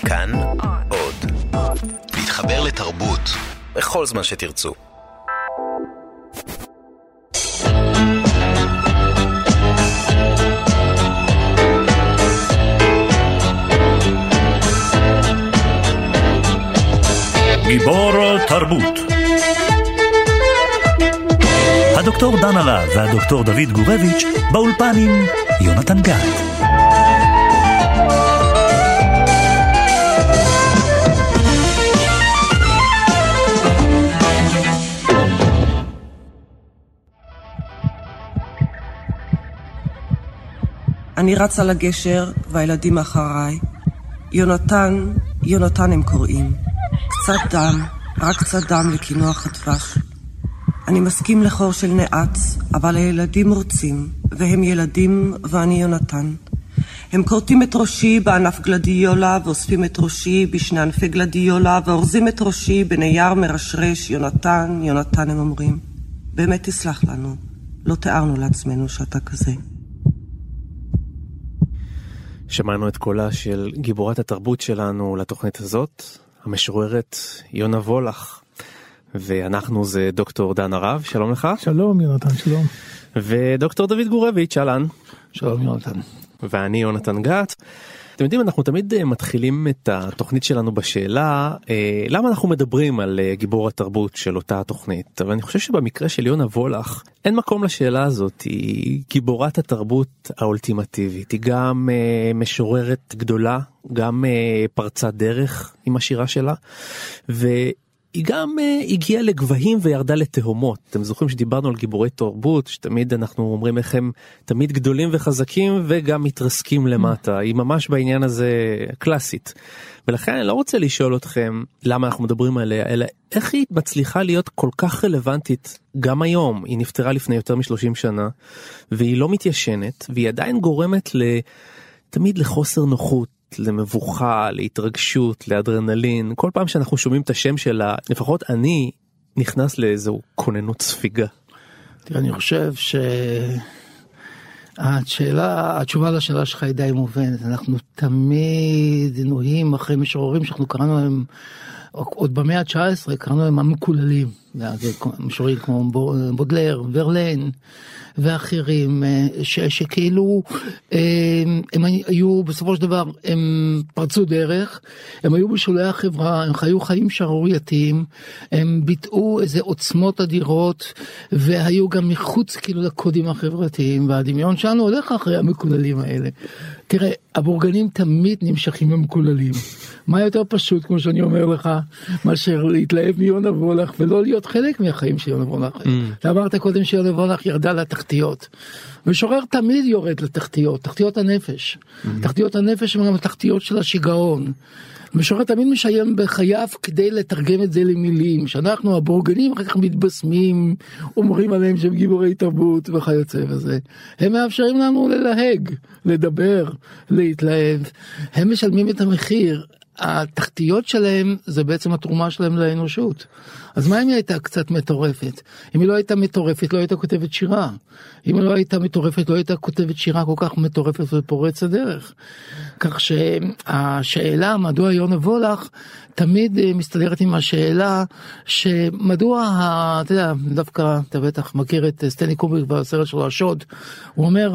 כאן עוד. להתחבר לתרבות בכל זמן שתרצו. גיבור תרבות. הדוקטור דן הרב והדוקטור דוד גורביץ' באולפן עם יונתן גת. אני רץ על הגשר והילדים אחריי. יונתן, יונתן הם קוראים. קצת דם, רק קצת דם לקינוח הדבש. אני מסכים לחור של נעץ, אבל הילדים רוצים, והם ילדים ואני יונתן. הם קורטים את ראשי בענף גלדיולה, ואוספים את ראשי בשני ענפי גלדיולה, ואורזים את ראשי בנייר מרשרש. יונתן, יונתן הם אומרים. באמת תסלח לנו, לא תיארנו לעצמנו שאתה כזה. שמענו את קולה של גיבורת התרבות שלנו לתוכנית הזאת, המשוררת יונה וולך, ואנחנו זה דוקטור דן הרב, שלום לך. שלום יונתן, שלום. ודוקטור דוד גורביץ', אהלן. שלום יונתן. ואני יונתן גת. אתם יודעים, אנחנו תמיד מתחילים את התוכנית שלנו בשאלה, למה אנחנו מדברים על גיבור התרבות של אותה התוכנית, אבל אני חושב שבמקרה של יונה וולך, אין מקום לשאלה הזאת, היא גיבורת התרבות האולטימטיבית, היא גם משוררת גדולה, גם פרצת דרך עם השירה שלה, היא גם הגיעה לגבהים וירדה לתהומות. אתם זוכרים שדיברנו על גיבורי תרבות, שתמיד אנחנו אומרים איך הם תמיד גדולים וחזקים וגם מתרסקים למטה. היא ממש בעניין הזה קלאסית. ולכן אני לא רוצה לשאול אתכם למה אנחנו מדברים עליה, אלא איך היא מצליחה להיות כל כך רלוונטית גם היום. היא נפטרה לפני יותר מ-30 שנה, והיא לא מתיישנת, והיא עדיין גורמת תמיד לחוסר נוחות, למבוכה, להתרגשות, לאדרנלין. כל פעם שאנחנו שומעים את השם שלה, לפחות אני נכנס לאיזו כוננות ספיגה. תראה, אני חושב התשובה לשאלה שלך היא די מובנת. אנחנו תמיד נוהים אחרי משוררים שאנחנו קראנו להם, עוד במאה ה-19 קראנו להם המקוללים. משוררים כמו בודלר, ורלן ואחרים, שכאילו הם היו בסופו של דבר, הם פרצו דרך, הם היו בשולי החברה, הם חיו חיים שערורייתיים, הם ביטאו איזה עוצמות אדירות, והיו גם מחוץ כאילו לקודים החברתיים, והדמיון שלנו הולך אחרי המקוללים האלה. תראה, הבורגנים תמיד נמשכים במקוללים. מה יותר פשוט, כמו שאני אומר לך, מאשר להתלהב מיונה וולך, ולא להיות חלק מהחיים של יונה וולך. אתה אמרת קודם שיונה וולך ירדה לתחתיות. משורר תמיד יורד לתחתיות, תחתיות הנפש. תחתיות הנפש הם גם תחתיות של השיגעון. משורר תמיד משיים בחייו כדי לתרגם את זה למילים, שאנחנו הבורגנים אחר כך מתבשמים, אומרים עליהם שהם גיבורי תרבות וכיוצא וזה. הם מאפשרים לנו ללהג, לדבר, להתלהב. הם משלמים את המחיר. התחתיות שלהם זה בעצם התרומה שלהם לאנושות. אז מה אם היא הייתה קצת מטורפת? אם היא לא הייתה מטורפת, לא הייתה כותבת שירה. אם היא לא הייתה מטורפת, לא הייתה כותבת שירה כל כך מטורפת ופורץ הדרך. כך שהשאלה מדוע יונה וולך תמיד מסתדרת עם השאלה שמדוע, אתה יודע, דווקא אתה בטח מכיר את סטנלי קובריק בסרט שלו השוד, הוא אומר,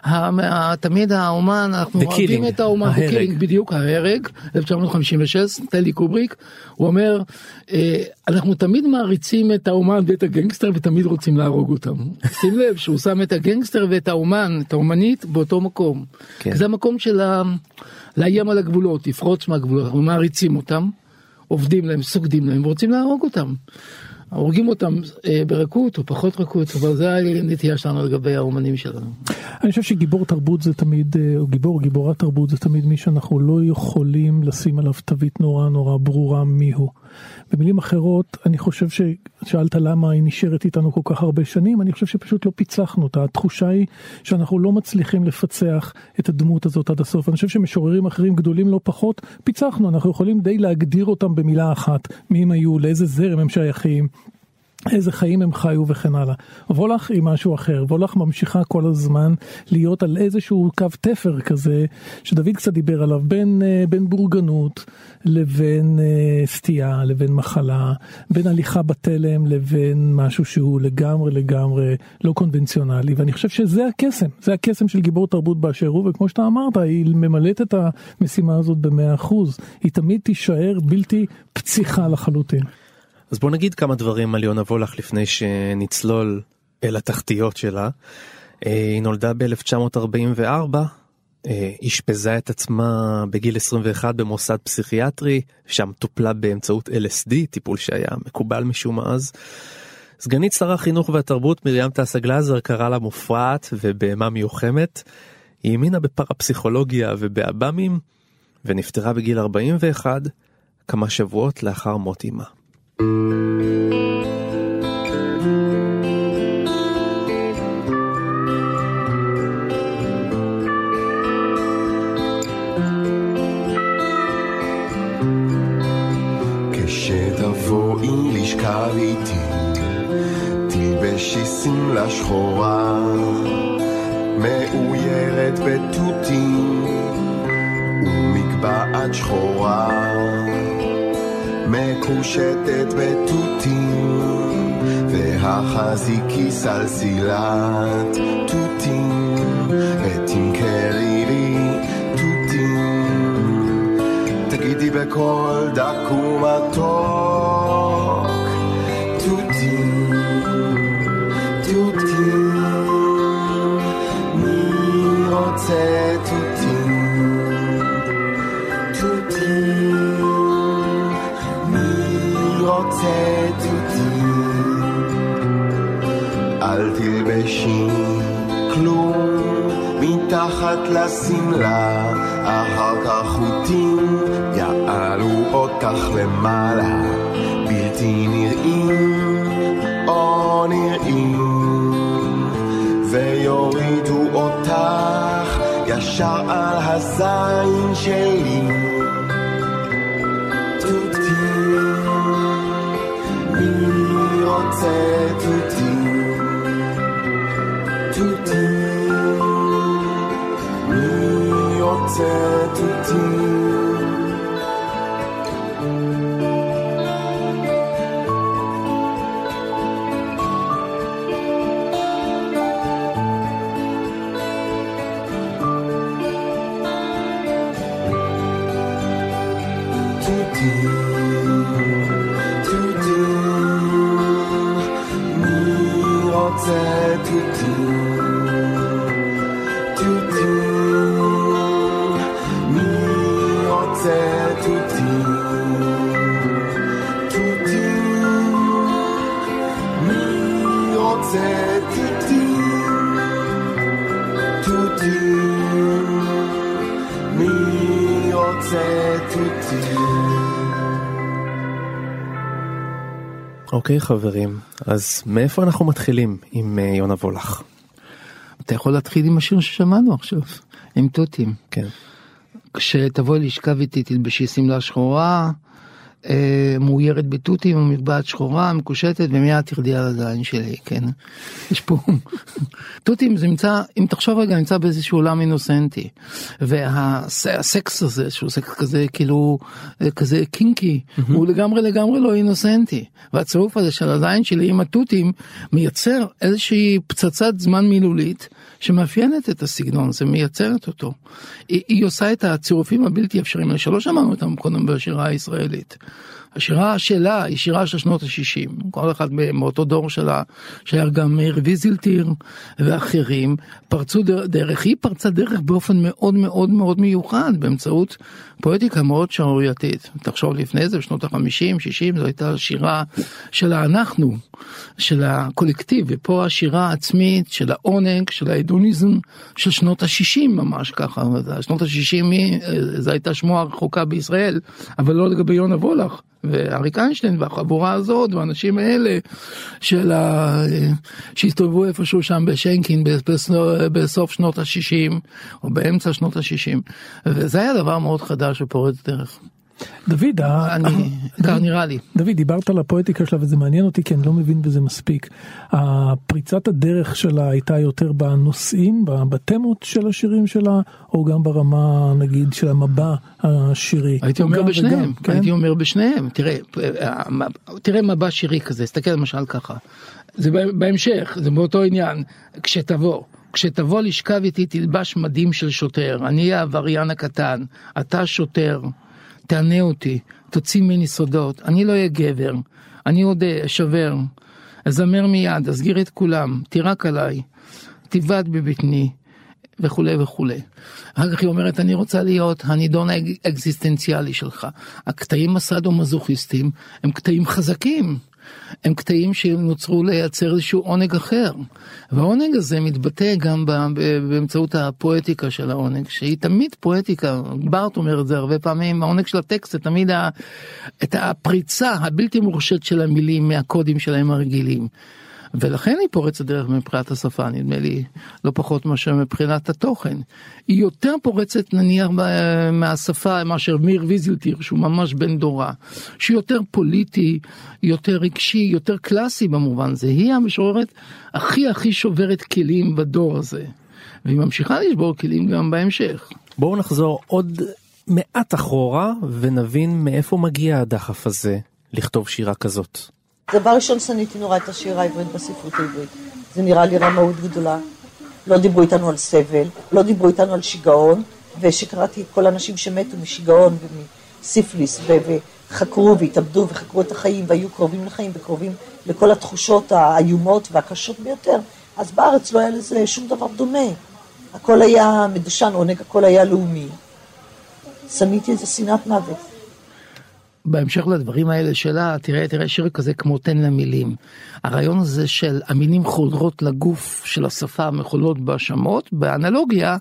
תמיד האומן, אנחנו אוהבים את האומן, בדיוק ההרג, 1956, סטנלי קובריק, הוא אומר, אנחנו תמיד מעריצים את האומן ואת הגנגסטר ותמיד רוצים להרוג אותם. שים לב שהוא שם את הגנגסטר ואת האומן, את האומנית, באותו מקום. כן. זה המקום של לאיים על הגבולות, לפרוץ מהגבולות, אנחנו מעריצים אותם, עובדים להם, סוגדים להם, ורוצים להרוג אותם. הורגים אותם ברכות או פחות רכות, אבל זה הנטייה שלנו לגבי האומנים שלנו. אני חושב שגיבור תרבות זה תמיד, או גיבורת תרבות זה תמיד מי שאנחנו לא יכולים לשים עליו תווית נורא נורא ברורה מיהו. במילים אחרות, אני חושב ששאלת למה היא נשארת איתנו כל כך הרבה שנים, אני חושב שפשוט לא פיצחנו אותה. התחושה היא שאנחנו לא מצליחים לפצח את הדמות הזאת עד הסוף. אני חושב שמשוררים אחרים גדולים לא פחות, פיצחנו, אנחנו יכולים די להגדיר אותם במילה אחת, מי הם היו, לאיזה זרם הם שייכים, איזה חיים הם חיו וכן הלאה. וולך היא משהו אחר, וולך ממשיכה כל הזמן להיות על איזשהו קו תפר כזה, שדוד קצת דיבר עליו, בין בורגנות לבין סטייה, לבין מחלה, בין הליכה בתלם לבין משהו שהוא לגמרי לא קונבנציונלי, ואני חושב שזה הקסם, זה הקסם של גיבור תרבות באשר הוא, וכמו שאתה אמרת, היא ממלאת את המשימה הזאת ב100%, היא תמיד תישאר בלתי פציחה לחלוטין. אז בוא נגיד כמה דברים על יונה וולך לפני שנצלול אל התחתיות שלה. היא נולדה ב-1944, אשפזה את עצמה בגיל 21 במוסד פסיכיאטרי, שם טופלה באמצעות LSD, טיפול שהיה מקובל משום מה אז. סגנית שר החינוך והתרבות מרים תעסה-גלזר קראה לה מופרעת ובהמה מיוחמת. היא האמינה בפרפסיכולוגיה ובאב"מים, ונפטרה בגיל 41, כמה שבועות לאחר מות אמה. כשתבואי לשכב איתי, תלבשי שמלה שחורה, מאוירת בתותים ומגבעת שחורה, מקושטת בתותים, והחזיקי סלסילת תותים, ותמכרי לי תותים, תגידי בכל דק ומתוק, תותים, תותים, מי רוצה תותים, תותים, רוצה תותים, אל תלבשי כלום מתחת לשמלה, אחר כך חוטים יעלו אותך למעלה, בלתי נראים או נראים, ויורידו אותך ישר על הזין שלי. מי רוצה תותים, תותים, מי רוצה תותים, אוקיי חברים, אז מאיפה אנחנו מתחילים עם יונה וולך? אתה יכול להתחיל עם השיר ששמענו עכשיו, עם תותים. כן. כשתבואי לשכב איתי תלבשי שמלה שחורה, מאוירת בתותים ומגבעת שחורה, מקושטת, ומיד תרדי על הזין שלי, כן? יש פה... תותים זה נמצא, אם תחשוב רגע, נמצא באיזשהו עולם אינוסנטי, והסקס הזה, שהוא סקס כזה, כאילו, כזה קינקי, הוא לגמרי לא אינוסנטי, והצירוף הזה של הזין שלי עם התותים, מייצר איזושהי פצצת זמן מילולית, שמאפיינת את הסגנון, זה מייצרת אותו. היא עושה את הצירופים הבלתי אפשריים, שלא שמענו אותם קודם בשירה הישראלית. השירה שלה היא שירה של שנות ה-60, כל אחד מאותו דור שלה, שהיה גם מאיר ויזלטיר ואחרים, פרצו דרך, היא פרצה דרך באופן מאוד מאוד מאוד מיוחד, באמצעות פואטיקה מאוד שערורייתית. תחשוב לפני זה, בשנות ה-50, 60, זו הייתה שירה של האנחנו, של הקולקטיב, ופה השירה העצמית של העונג, של ההדוניזם, של שנות ה-60 ממש ככה, שנות ה-60 זו הייתה שמועה הרחוקה בישראל, אבל לא לגבי יונה וולך. ואריק איינשטיין והחבורה הזאת והאנשים האלה שהסתובבו איפשהו שם בשנקין בסוף שנות ה-60 או באמצע שנות ה-60, וזה היה דבר מאוד חדש ופורץ דרך. דוד, נראה לי. דוד, דיברת על הפואטיקה שלה וזה מעניין אותי כי אני לא מבין בזה מספיק. הפריצת הדרך שלה הייתה יותר בנושאים, בתמות של השירים שלה, או גם ברמה, נגיד, של המבע השירי? הייתי אומר בשניהם, כן? הייתי אומר בשניהם. תראה מבע שירי כזה, תסתכל למשל ככה. זה בהמשך, זה באותו עניין. כשתבוא לשכב איתי תלבש מדים של שוטר, אני העבריין הקטן, אתה שוטר, תענה אותי, תוציא ממני סודות, אני לא אהיה גבר, אני עוד אשבר, אזמר מיד, אסגיר את כולם, תירק עליי, תיבד בבטני, וכו' וכו'. אחר כך היא אומרת, אני רוצה להיות הנידון האקזיסטנציאלי שלך. הקטעים הסאדו-מזוכיסטיים הם קטעים חזקים, הם קטעים שנוצרו לייצר איזשהו עונג אחר, והעונג הזה מתבטא גם באמצעות הפואטיקה של העונג, שהיא תמיד פואטיקה, בארט אומר את זה הרבה פעמים, העונג של הטקסט זה תמיד את הפריצה הבלתי מורשת של המילים מהקודים שלהם הרגילים, ולכן היא פורצת דרך מבחינת השפה, נדמה לי לא פחות מאשר מבחינת התוכן. היא יותר פורצת נניח מהשפה מאשר מיר ויזלטיר, שהוא ממש בן דורה, שהיא יותר פוליטי, יותר רגשי, יותר קלאסי במובן זה. היא המשוררת הכי שוברת כלים בדור הזה, והיא ממשיכה לשבור כלים גם בהמשך. בואו נחזור עוד מעט אחורה ונבין מאיפה מגיע הדחף הזה לכתוב שירה כזאת. דבר ראשון, שניתי נורא את השיר העברית בספרות העברית. זה נראה לי רמאות גדולה. לא דיברו איתנו על סבל, לא דיברו איתנו על שיגעון, ושקראתי כל האנשים שמתו משיגעון ומסיפליס, וחקרו והתאבדו וחקרו את החיים, והיו קרובים לחיים וקרובים לכל התחושות האיומות והקשות ביותר. אז בארץ לא היה לזה שום דבר דומה. הכל היה מדושן עונג, הכל היה לאומי. שניתי איזה שנאת מוות. בהמשך לדברים האלה שלה, תראה שיר כזה כמו תן למילים. הרעיון הזה של המילים חודרות לגוף של השפה המחולות בשמות, באנלוגיה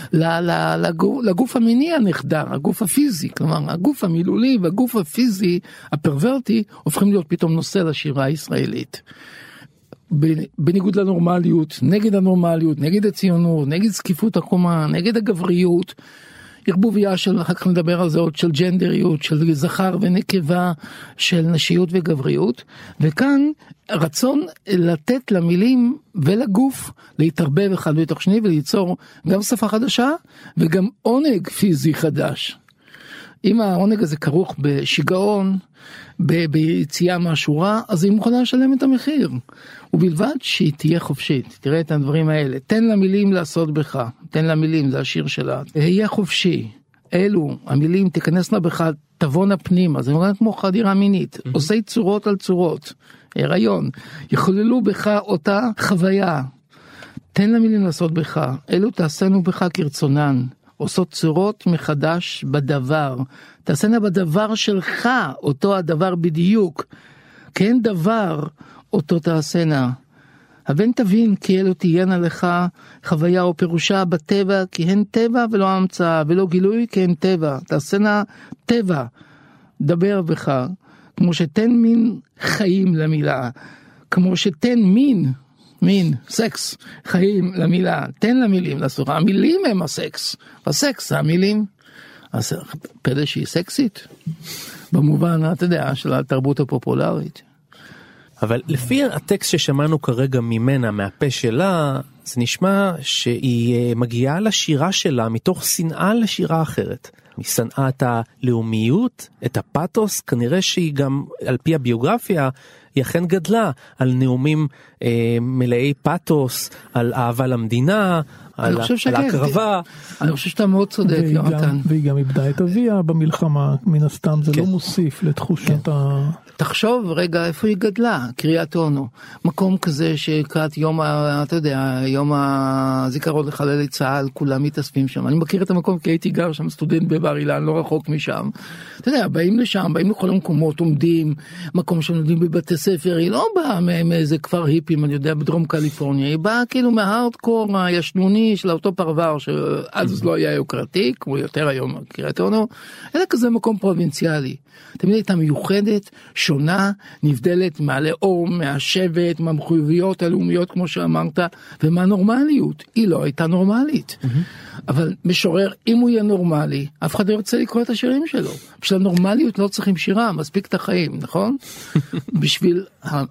לגוף המיני הנחדר, הגוף הפיזי. כלומר, הגוף המילולי והגוף הפיזי הפרוורטי הופכים להיות פתאום נושא לשירה הישראלית. בניגוד לנורמליות, נגד הנורמליות, נגד הציונות, נגד זקיפות הקומה, נגד הגבריות, ערבוביה של, אחר כך נדבר על זה עוד, של ג'נדריות, של זכר ונקבה, של נשיות וגבריות, וכאן רצון לתת למילים ולגוף להתערבב אחד בתוך שני וליצור גם שפה חדשה וגם עונג פיזי חדש. אם העונג הזה כרוך בשיגעון, ביציאה מהשורה, אז היא מוכנה לשלם את המחיר. ובלבד שהיא תהיה חופשית. תראה את הדברים האלה. תן למילים לעשות בך. תן למילים, זה השיר שלה. היה חופשי. אלו, המילים תיכנסנה בך, תבונה פנימה. זה נראה כמו חדירה מינית. עושה צורות על צורות. הריון. יכוללו בך אותה חוויה. תן למילים לעשות בך. אלו תעשינו בך כרצונן. עושות צורות מחדש בדבר. תעשינה בדבר שלך, אותו הדבר בדיוק. כן דבר, אותו תעשינה. הבן תבין כי אלו תהיינה לך חוויה או פירושה בטבע, כי הן טבע ולא המצאה, ולא גילוי כי הן טבע. תעשינה טבע, דבר בך, כמו שתן מין חיים למילה, כמו שתן מין, סקס, חיים למילה, תן למילים לעשות, המילים הם הסקס, הסקס זה המילים, אז פלא שהיא סקסית, במובן, אתה יודע, של התרבות הפופולרית. אבל לפי הטקסט ששמענו כרגע ממנה, מהפה שלה, זה נשמע שהיא מגיעה לשירה שלה מתוך שנאה לשירה אחרת. היא שנאה את הלאומיות, את הפאתוס, כנראה שהיא גם, על פי הביוגרפיה, היא אכן גדלה על נאומים מלאי פאתוס, על אהבה למדינה, על הקרבה. אני חושב שאתה מאוד צודק, יונתן. והיא גם איבדה את אביה במלחמה, מן הסתם זה לא מוסיף לתחושת ה... תחשוב רגע איפה היא גדלה, קריית אונו, מקום כזה שקראת יום, אתה יודע, יום הזיכרון לחללי צה"ל, כולם מתאספים שם. אני מכיר את המקום כי הייתי גר שם סטודנט בבר אילן, לא רחוק משם. אתה יודע, באים לשם, באים לכל המקומות, עומדים, מקום שלומדים בבתי ספר, היא לא באה מאיזה כפר היפים, אני יודע, בדרום קליפורניה, היא באה כאילו מההארדקור הישנוני, פנימי של אותו פרבר שאז לא היה יוקרתי, כמו יותר היום קריית אונו, אלא כזה מקום פרובינציאלי. תמיד הייתה מיוחדת, שונה, נבדלת מהלאום, מהשבט, מהמחויבויות הלאומיות כמו שאמרת, ומהנורמליות. היא לא הייתה נורמלית. אבל משורר, אם הוא יהיה נורמלי, אף אחד לא ירצה לקרוא את השירים שלו. בשביל הנורמליות לא צריכים שירה, מספיק את החיים, נכון? בשביל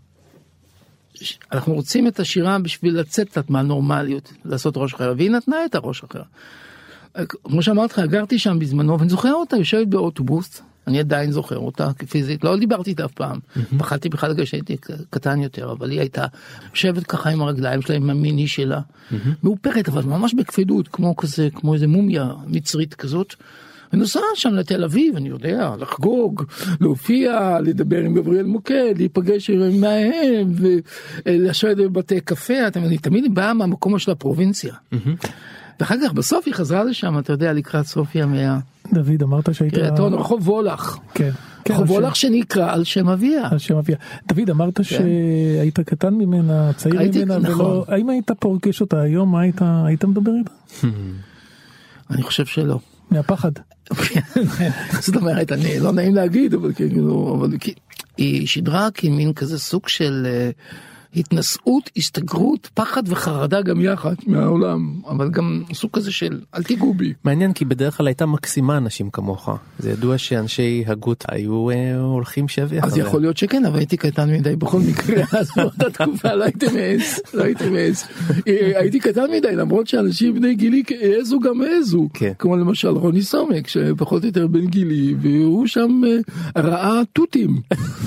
אנחנו רוצים את השירה בשביל לצאת קצת מהנורמליות, לעשות ראש אחר, והיא נתנה את הראש אחר. כמו שאמרתי לך, גרתי שם בזמנו, ואני זוכר אותה, יושבת באוטובוס, אני עדיין זוכר אותה כפיזית, לא דיברתי איתה אף פעם, פחדתי בכלל לגבי שהייתי קטן יותר, אבל היא הייתה יושבת ככה עם הרגליים שלה, עם המיני שלה, מאופרת, אבל ממש בכבדות, כמו כזה, כמו איזה מומיה מצרית כזאת, ונוסעה שם לתל אביב, אני יודע, לחגוג, להופיע, לדבר עם גבריאל מוקד, להיפגש עם מהם, ולשבת בבתי קפה, אני תמיד באה מהמקום של הפרובינציה. ואחר כך בסוף היא חזרה לשם, אתה יודע, לקראת סוף ימיה. דוד, אמרת שהיית... רחוב וולך. כן. רחוב וולך שנקרא על שם אביה. על שם אביה. דוד, אמרת שהיית קטן ממנה, צעיר ממנה, ולא... האם היית פורקש אותה היום? היית מדבר איתה? אני חושב שלא. מהפחד. זאת אומרת, אני לא נעים להגיד, אבל היא שידרה כמין כזה סוג של התנסות, הסתגרות, פחד וחרדה גם יחד מהעולם, אבל גם סוג כזה של אל תיגעו בי. מעניין, כי בדרך כלל הייתה מקסימה אנשים כמוך. זה ידוע שאנשי הגות היו הולכים שבי אחריה. אז יכול להיות שכן, אבל הייתי קטן מדי בכל מקרה, אז באותה תקופה לא הייתי מעז. הייתי קטן מדי, למרות שאנשים בני גילי העזו גם העזו. כמו למשל רוני סומק, שפחות או יותר בן גילי, והוא שם ראה תותים.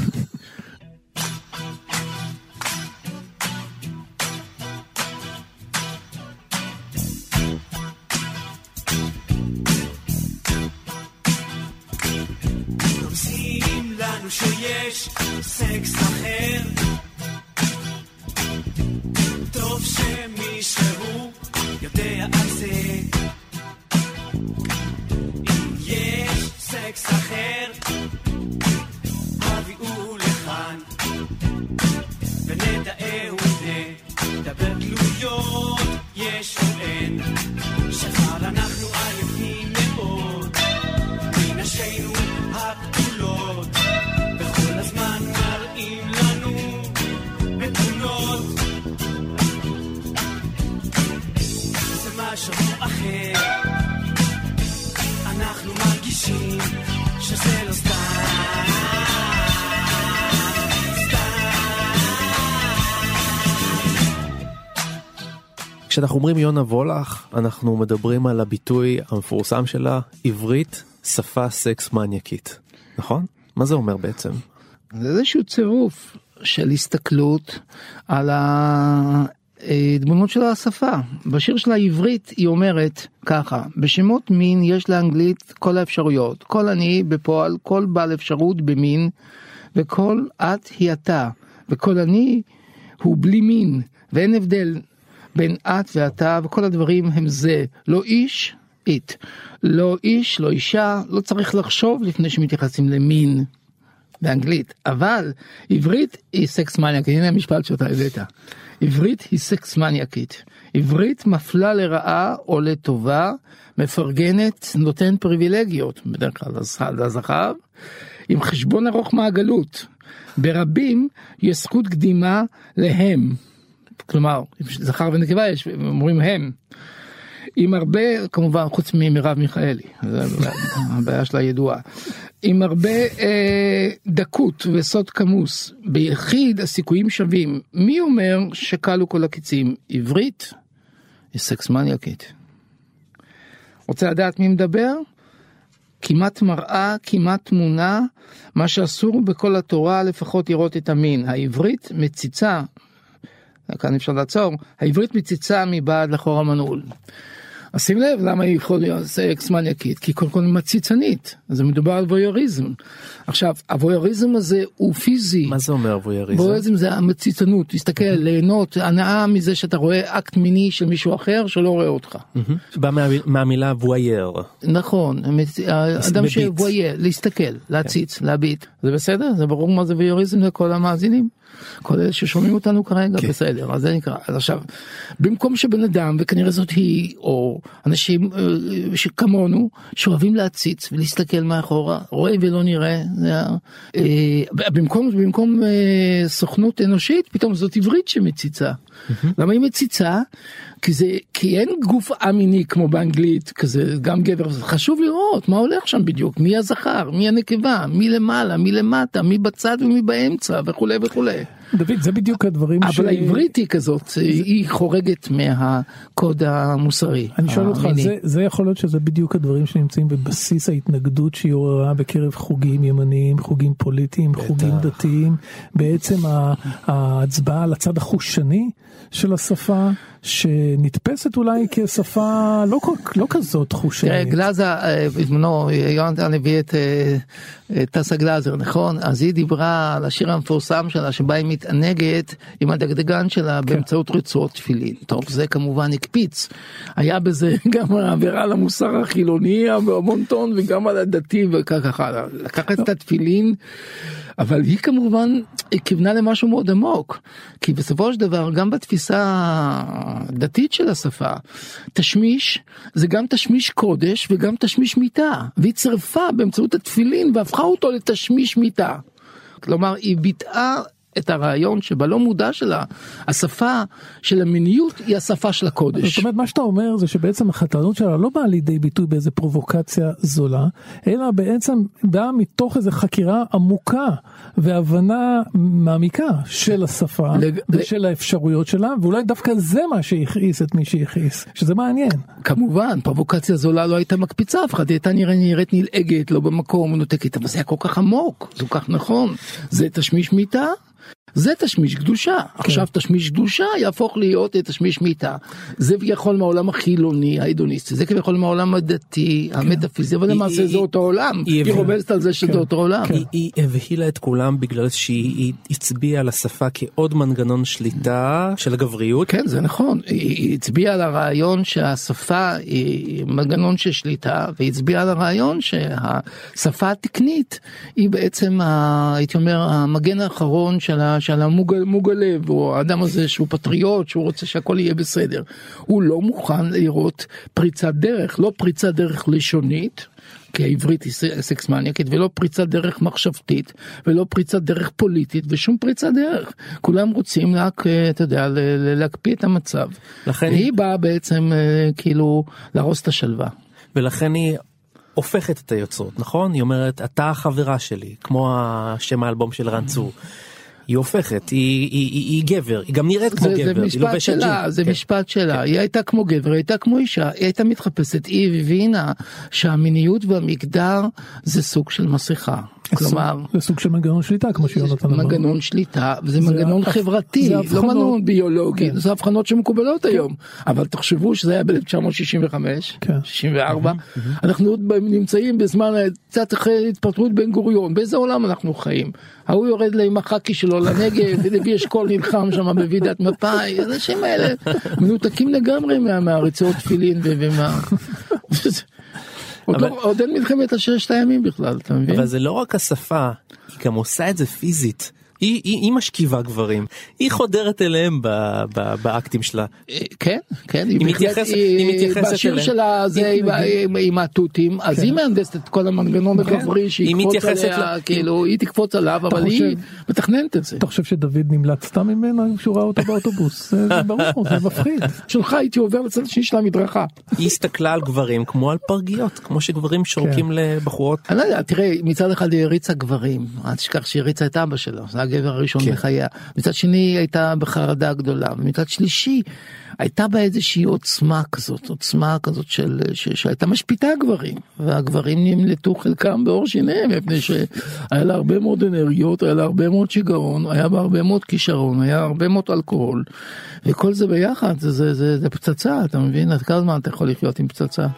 שיש סקס אחר, טוב שמישהו יודע על זה. אם יש סקס אחר, הביאו לכאן ונדעהו נדבר גלויות, יש או אין, שכבר אנחנו עייפים מאוד מנשינו הכתולות, וכל הזמן מראים לנו בתמונות. זה משהו אחר, אנחנו מרגישים שזה לא סתם. כשאנחנו אומרים יונה וולך, אנחנו מדברים על הביטוי המפורסם שלה, עברית, שפה סקס מניאקית. נכון? מה זה אומר בעצם? זה איזשהו צירוף של הסתכלות על הדמונות של השפה. בשיר שלה העברית היא אומרת ככה, בשמות מין יש לאנגלית כל האפשרויות, כל אני בפועל, כל בעל אפשרות במין, וכל את היא אתה, וכל אני הוא בלי מין, ואין הבדל בין את ואתה, וכל הדברים הם זה, לא איש, it, לא איש, לא אישה, לא צריך לחשוב לפני שמתייחסים למין באנגלית, אבל עברית היא סקס מניאקית. הנה המשפט שאתה הבאת, עברית היא סקס מניאקית, עברית מפלה לרעה או לטובה, מפרגנת, נותן פריבילגיות, בדרך כלל לזכר, עם חשבון ארוך מעגלות, ברבים יש זכות קדימה להם, כלומר, זכר ונקבה יש, אומרים הם, עם הרבה, כמובן, חוץ ממרב מיכאלי, הבעיה שלה ידועה, עם הרבה דקות וסוד כמוס, ביחיד הסיכויים שווים. מי אומר שקלו כל הקיצים? עברית היא סקס מניאקית. רוצה לדעת מי מדבר? כמעט מראה, כמעט תמונה, מה שאסור בכל התורה לפחות לראות את המין. העברית מציצה, כאן אפשר לעצור, העברית מציצה מבעד לחור המנעול. אז שים לב למה היא יכולה להיות סקס מניאקית, כי קודם כל היא מציצנית, אז מדובר על וויוריזם. עכשיו, הוויוריזם הזה הוא פיזי. מה זה אומר וויוריזם? וויוריזם זה המציצנות, תסתכל, ליהנות, הנאה מזה שאתה רואה אקט מיני של מישהו אחר שלא רואה אותך. בא מהמילה ווייר. נכון, אדם שווייר, להסתכל, להציץ, להביט. זה בסדר? זה ברור מה זה וויוריזם לכל המאזינים? כל אלה ששומעים אותנו כרגע, בסדר, אז זה נקרא. אז עכשיו, במקום שבן אדם, וכנראה זאת היא, או אנשים שכמונו, שאוהבים להציץ ולהסתכל מאחורה, רואה ולא נראה, במקום סוכנות אנושית, פתאום זאת עברית שמציצה. למה היא מציצה? כי אין גוף אמיני כמו באנגלית, כזה גם גבר, חשוב לראות מה הולך שם בדיוק, מי הזכר, מי הנקבה, מי למעלה, מי למטה, מי בצד ומי באמצע וכו' וכו'. דוד, זה בדיוק הדברים אבל העברית היא כזאת, היא חורגת מהקוד המוסרי. אני שואל אותך, זה יכול להיות שזה בדיוק הדברים שנמצאים בבסיס ההתנגדות שהיא עוררה בקרב חוגים ימניים, חוגים פוליטיים, חוגים דתיים, בעצם ההצבעה על הצד החושני של השפה, שנתפסת אולי כשפה לא כזאת חושנית. תראה, גלאזה, בזמנו, יונתן הביא את טסה גלאזר, נכון? אז היא דיברה על השיר המפורסם שלה, שבה היא מתענגת עם הדגדגן שלה באמצעות רצועות תפילין. טוב, זה כמובן הקפיץ. היה בזה גם העבירה למוסר החילוני, המון טון, וגם על הדתי, וככה. לקחת את התפילין, אבל היא כמובן כיוונה למשהו מאוד עמוק, כי בסופו של דבר, גם בתפיסה הדתית של השפה, תשמיש זה גם תשמיש קודש וגם תשמיש מיטה, והיא צרפה באמצעות התפילין והפכה אותו לתשמיש מיטה. כלומר, היא ביטאה את הרעיון שבלא מודע שלה, השפה של המיניות היא השפה של הקודש. זאת אומרת, מה שאתה אומר זה שבעצם החתרנות שלה לא באה לידי ביטוי באיזה פרובוקציה זולה, אלא בעצם באה מתוך איזו חקירה עמוקה והבנה מעמיקה של השפה ושל האפשרויות שלה, ואולי דווקא זה מה שהכעיס את מי שהכעיס, שזה מעניין. כמובן, פרובוקציה זולה לא הייתה מקפיצה, אף אחד הייתה נראית נלעגת, לא במקום, נותקת, אבל זה היה כל כך עמוק, זה כל כך נכון. זה תשמיש מיטה, זה תשמיש קדושה. עכשיו תשמיש קדושה יהפוך להיות תשמיש מיטה. זה יכול מהעולם החילוני, ההידוניסטי, זה כביכול מהעולם הדתי, המטאפיזי, אבל למעשה זה אותו עולם. היא רובזת על זה שזה אותו עולם. היא הבהילה את כולם בגלל שהיא הצביעה על השפה כעוד מנגנון שליטה של הגבריות. כן, זה נכון. היא הצביעה על הרעיון שהשפה היא מנגנון של שליטה, והיא הצביעה על הרעיון שהשפה התקנית היא בעצם, הייתי אומר, המגן האחרון של המוגלב, או האדם הזה שהוא פטריוט, שהוא רוצה שהכל יהיה בסדר. הוא לא מוכן לראות פריצת דרך, לא פריצת דרך לשונית, כי העברית היא סקס מניאקית, ולא פריצת דרך מחשבתית, ולא פריצת דרך פוליטית, ושום פריצת דרך. כולם רוצים אתה יודע, להקפיא את המצב. והיא באה בעצם כאילו להרוס את השלווה. ולכן היא הופכת את היוצרות, נכון? היא אומרת, אתה החברה שלי, כמו השם האלבום של רן צור. היא הופכת, היא גבר, היא גם נראית כמו גבר. זה משפט שלה, זה משפט שלה. היא הייתה כמו גבר, היא הייתה כמו אישה, היא הייתה מתחפשת, היא הבינה שהמיניות והמגדר זה סוג של מסכה. כלומר, זה סוג של מנגנון שליטה, כמו שיונתן אמר. מנגנון שליטה, וזה מנגנון חברתי, לא מנגנון ביולוגי, זה הבחנות שמקובלות היום. אבל תחשבו שזה היה ב-1965, 64, אנחנו נמצאים בזמן, קצת אחרי התפטרות בן גוריון, באיזה עולם אנחנו חיים? ההוא יורד עם החקי שלו לנגב, ולוי אשכול נלחם שם בוועידת מפא"י, האנשים האלה מנותקים לגמרי מהרצועות תפילין ומה... עוד אין מלחמת הששת הימים בכלל, אתה מבין? אבל זה לא רק השפה, היא גם עושה את זה פיזית. היא משכיבה גברים, היא חודרת אליהם באקטים שלה. כן, כן, היא מתייחסת אליהם. בשיר שלה זה עם התותים, אז היא מהנדסת את כל המנגנון הגברי שיקפוץ עליה, כאילו היא תקפוץ עליו, אבל היא מתכננת את זה. אתה חושב שדוד נמלט סתם ממנה כשהוא ראה אותה באוטובוס? זה ברור, זה מפחיד. שלך הייתי עובר לצד השני של המדרכה. היא הסתכלה על גברים כמו על פרגיות, כמו שגברים שורקים לבחורות. אני לא יודע, תראה, מצד אחד היא הריצה גברים, אל תשכח שהיא הריצה את אבא שלו, הגבר הראשון בחייה. מצד שני הייתה בחרדה גדולה, ומצד שלישי הייתה בה איזושהי עוצמה כזאת שהייתה משפיטה גברים, והגברים נמלטו חלקם באור שיניהם, מפני שהיה לה הרבה מאוד אנרגיות, היה לה הרבה מאוד שיגעון, היה בה הרבה מאוד כישרון, היה הרבה מאוד אלכוהול, וכל זה ביחד, זה פצצה, אתה מבין? עד כמה זמן אתה יכול לחיות עם פצצה?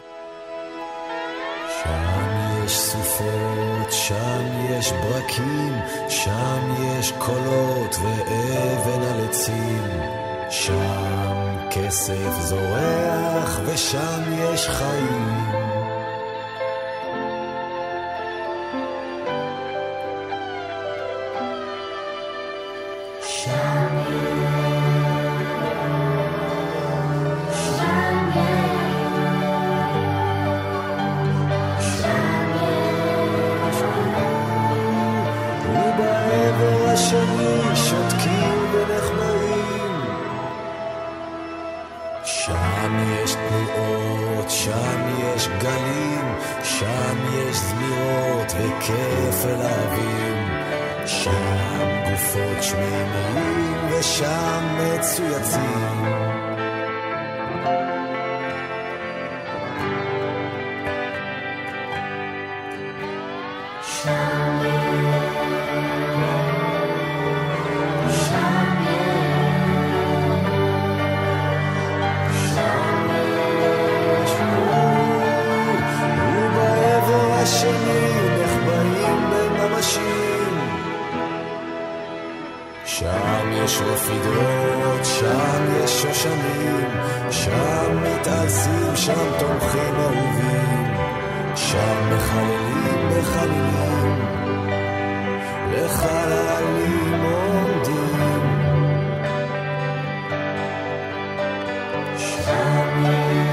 שם יש סופות, שם יש ברקים, שם יש קולות ואבן על עצים, שם כסף זורח ושם יש חיים. וכפל אהבים, שם גופות שמימיים ושם מצויצים. שם יש רפידות, שם יש שושנים, שם מתעשים, שם תומכים אהובים, שם מחללים, מחללים, לחללים עומדים. שם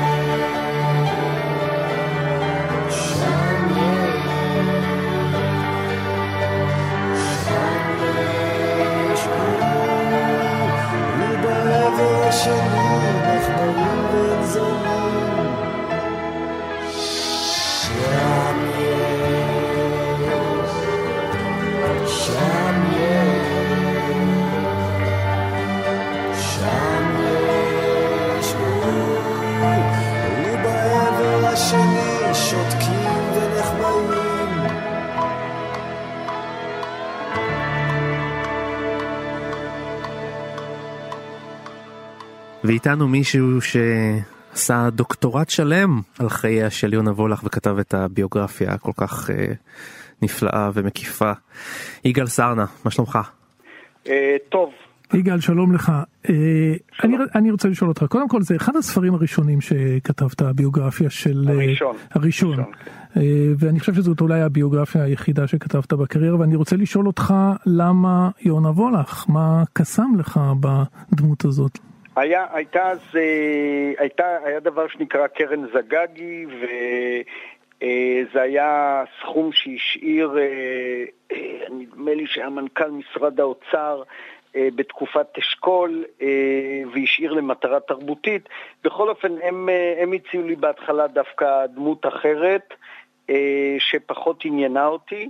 ואיתנו מישהו שעשה דוקטורט שלם על חייה של יונה וולך וכתב את הביוגרפיה הכל כך נפלאה ומקיפה. יגאל סרנה, מה שלומך? טוב. יגאל, שלום לך. אני רוצה לשאול אותך, קודם כל זה אחד הספרים הראשונים שכתבת, הביוגרפיה של... הראשון. ואני חושב שזאת אולי הביוגרפיה היחידה שכתבת בקריירה, ואני רוצה לשאול אותך למה יונה וולך, מה קסם לך בדמות הזאת? היה דבר שנקרא קרן זגגי, וזה היה סכום שהשאיר, נדמה לי שהיה מנכ"ל משרד האוצר בתקופת אשכול, והשאיר למטרה תרבותית. בכל אופן, הם הציעו לי בהתחלה דווקא דמות אחרת, שפחות עניינה אותי,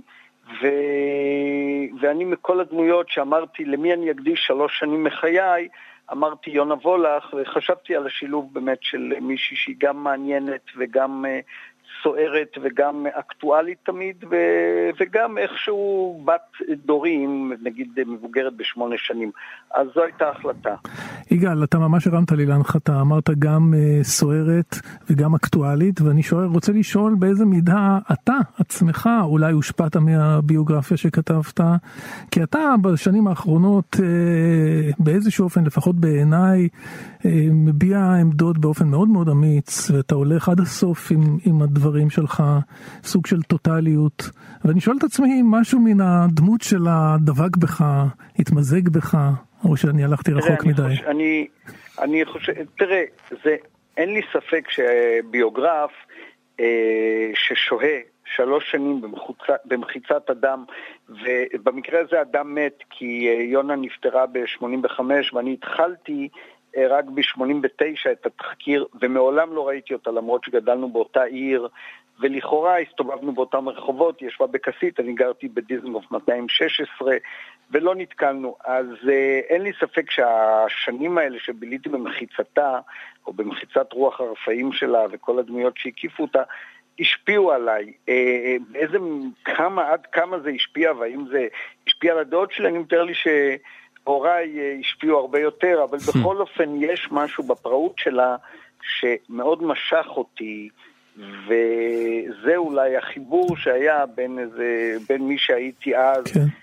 ואני מכל הדמויות שאמרתי, למי אני אקדיש 3 שנים מחיי, אמרתי יונה וולך, וחשבתי על השילוב באמת של מישהי שהיא גם מעניינת וגם סוערת וגם אקטואלית תמיד, וגם איכשהו בת דורים, נגיד מבוגרת ב8 שנים. אז זו הייתה החלטה. יגאל, אתה ממש הרמת לי להנחתה, אמרת גם סוערת וגם אקטואלית, ואני רוצה לשאול באיזה מידה אתה עצמך אולי הושפעת מהביוגרפיה שכתבת, כי אתה בשנים האחרונות באיזשהו אופן, לפחות בעיניי, מביע עמדות באופן מאוד מאוד אמיץ, ואתה הולך עד הסוף עם הדברים שלך, סוג של טוטליות, ואני שואל את עצמי, משהו מן הדמות של הדבק בך, התמזג בך, או שאני הלכתי רחוק מדי? אני חושב, תראה, אין לי ספק שביוגרף ששוהה 3 שנים במחיצת אדם, ובמקרה הזה אדם מת, כי יונה נפטרה ב-85, ואני התחלתי רק ב-89 את התחקיר, ומעולם לא ראיתי אותה, למרות שגדלנו באותה עיר, ולכאורה הסתובבנו באותם רחובות, היא ישבה בקסית, אני גרתי בדיזנגוף 216, ולא נתקלנו. אז אין לי ספק שהשנים האלה שביליתי במחיצתה, או במחיצת רוח הרפאים שלה, וכל הדמויות שהקיפו אותה, השפיעו עליי. עד כמה זה השפיע, והאם זה השפיע על הדעות שלי, אני מתאר לי הוריי השפיעו הרבה יותר, אבל בכל אופן יש משהו בפראות שלה שמאוד משך אותי, וזה אולי החיבור שהיה בין מי שהייתי אז,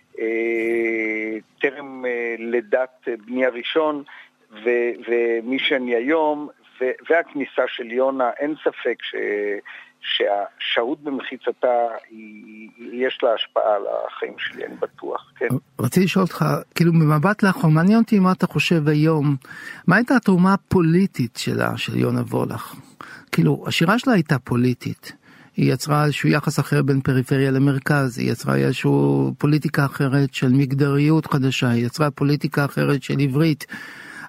טרם לידת בני הראשון, ומי שאני היום, והכניסה של יונה, אין ספק שהשהות במחיצתה יש לה השפעה על החיים שלי, אני בטוח, כן. רציתי לשאול אותך, כאילו במבט לאחור, מעניין אותי מה אתה חושב היום, מה הייתה התרומה הפוליטית של יונה וולך? כאילו, השירה שלה הייתה פוליטית, היא יצרה איזשהו יחס אחר בין פריפריה למרכז, היא יצרה איזשהו פוליטיקה אחרת של מגדריות חדשה, היא יצרה פוליטיקה אחרת של עברית,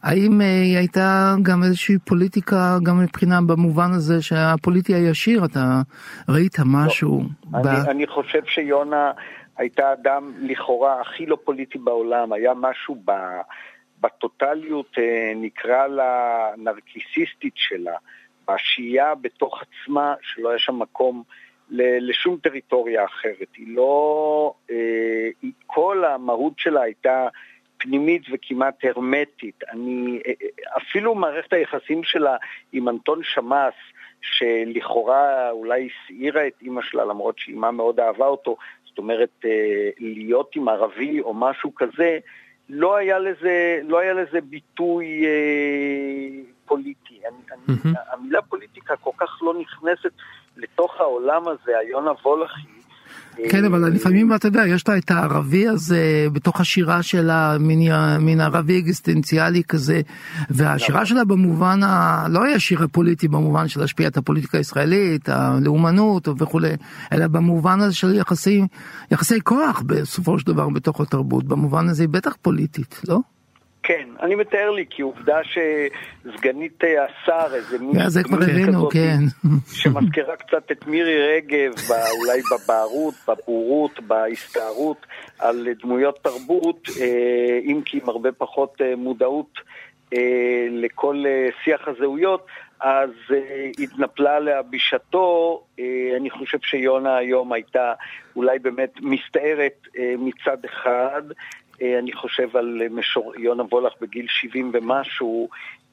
האם הייתה גם איזושהי פוליטיקה, גם מבחינה במובן הזה שהפוליטי הישיר, אתה ראית משהו? אני חושב שיונה הייתה אדם לכאורה הכי לא פוליטי בעולם, היה משהו בטוטליות, נקרא לה נרקיסיסטית שלה, בשהייה בתוך עצמה, שלא היה שם מקום לשום טריטוריה אחרת. היא לא, כל המהות שלה הייתה פנימית וכמעט הרמטית. אפילו מערכת היחסים שלה עם אנטון שמאס, שלכאורה אולי הסעירה את אמא שלה, למרות שאמא מאוד אהבה אותו, זאת אומרת, להיות עם ערבי או משהו כזה, לא היה לזה ביטוי פוליטי. המילה פוליטיקה כל כך לא נכנסת לתוך העולם הזה, יונה וולכי. כן, אבל לפעמים אתה יודע, יש לה את הערבי הזה בתוך השירה שלה, מין ערבי אקזיסטנציאלי כזה, והשירה שלה במובן, לא היה שיר הפוליטי במובן של להשפיע את הפוליטיקה הישראלית, הלאומנות וכו', אלא במובן הזה של יחסי כוח בסופו של דבר בתוך התרבות, במובן הזה היא בטח פוליטית, לא? כן, אני מתאר לי, כי עובדה שסגנית השר, איזה זה כבר הבינו, כן. שמזכירה קצת את מירי רגב, אולי בבערות, בבורות, בהסתערות, על דמויות תרבות, אם כי עם הרבה פחות מודעות לכל שיח הזהויות, אז התנפלה עליה בשעתו. אני חושב שיונה היום הייתה אולי באמת מסתערת מצד אחד, אני חושב על יונה וולך בגיל 70 ומשהו,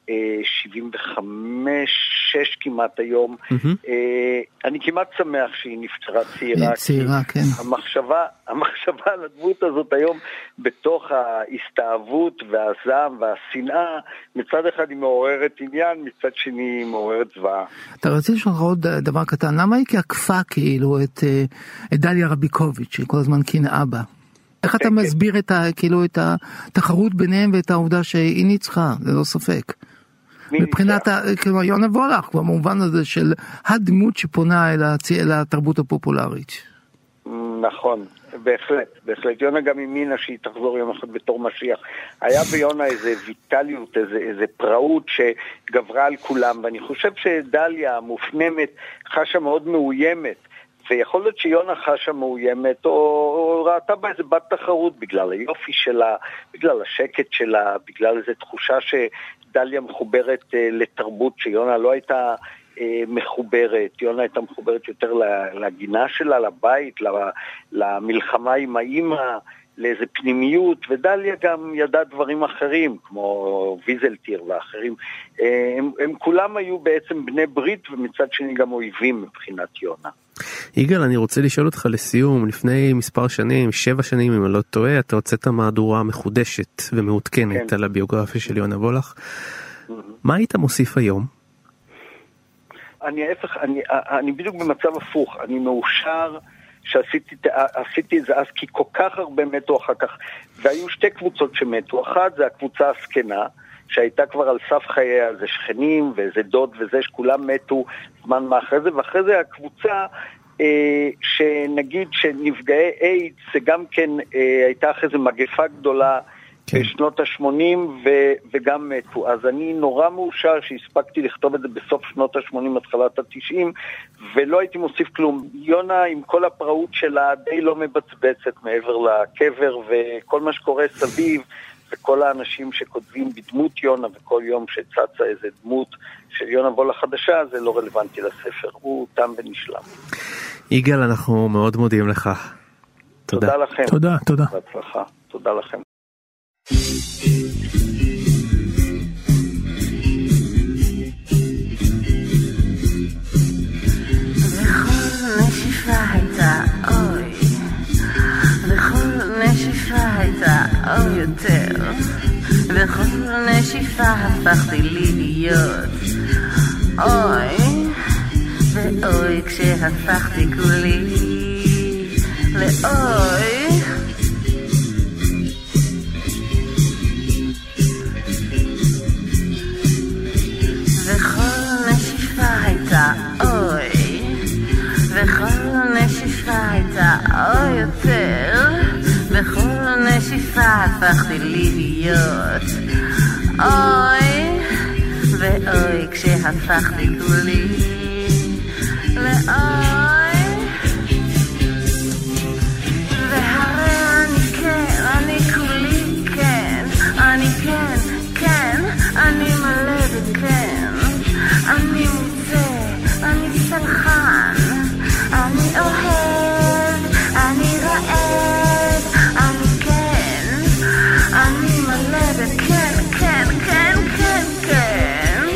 75, 6 כמעט היום. אני כמעט שמח שהיא נפטרה צעירה. צעירה, כן. המחשבה על הדמות הזאת היום, בתוך ההסתאבות והזעם והשנאה, מצד אחד היא מעוררת עניין, מצד שני היא מעוררת זוועה. אתה רציתי לשאול עוד דבר קטן, למה היא כעקפה כאילו את דליה רביקוביץ' שכל הזמן קנאה בה? איך אתה מסביר את התחרות ביניהם ואת העובדה שהיא ניצחה, ללא ספק? מבחינת יונה וולך, במובן הזה של הדמות שפונה אל התרבות הפופולרית. נכון, בהחלט. יונה גם האמינה שהיא תחזור יום אחד בתור משיח. היה ביונה איזה ויטליות, איזה פראות שגברה על כולם, ואני חושב שדליה המופנמת חשה מאוד מאוימת, ויכול להיות שיונה חשה מאוימת, או ראתה בה איזה בת תחרות, בגלל היופי שלה, בגלל השקט שלה, בגלל איזו תחושה שדליה מחוברת לתרבות, שיונה לא הייתה מחוברת. יונה הייתה מחוברת יותר לגינה שלה, לבית, למלחמה עם האמא, לאיזה פנימיות, ודליה גם ידעה דברים אחרים, כמו ויזלטיר ואחרים. הם כולם היו בעצם בני ברית, ומצד שני גם אויבים מבחינת יונה. יגאל, אני רוצה לשאול אותך לסיום, לפני מספר שנים, 7 שנים אם אני לא טועה, אתה הוצאת מהדורה מחודשת ומעודכנת על הביוגרפיה של יונה וולך. מה היית מוסיף היום? אני בדיוק במצב הפוך, אני מאושר שעשיתי את זה אז, כי כל כך הרבה מתו אחר כך, והיו 2 קבוצות שמתו. אחת זה הקבוצה הסקנה, שהייתה כבר על סף חייה, זה שכנים ואיזה דוד וזה, שכולם מתו זמן מאחרי זה, ואחרי זה הקבוצה שנגיד שנפגעי איידס, זה גם כן הייתה אחרי זה מגפה גדולה בשנות ה-80 וגם מתו. אז אני נורא מאושר שהספקתי לכתוב את זה בסוף שנות ה-80, התחלת ה-90, ולא הייתי מוסיף כלום. יונה עם כל הפראות שלה די לא מבצבצת מעבר לקבר, וכל מה שקורה סביב, וכל האנשים שכותבים בדמות יונה, וכל יום שצצה איזה דמות של יונה וולך חדשה, זה לא רלוונטי לספר, הוא תם ונשלם. יגאל, אנחנו מאוד מודים לך. תודה לכם. תודה. בהצלחה. תודה לכם. וכל נשיפה הייתה אוי, וכל נשיפה הייתה אוי יותר, וכל נשיפה הפכתי להיות אוי, ואוי כשהפכתי כולי לאוי. וכל נשיפה הייתה אוי, וכל נשיפה הייתה אוי יותר, וכל נשיפה הפכתי להיות אוי. הפכתי כולי לאוי, והרי אני כולי כן, אני כן, כן, אני מלא וכן, אני מוצא, אני סלחן, אני אוהב, אני רעב, אני כן, אני מלא וכן, כן, כן, כן, כן,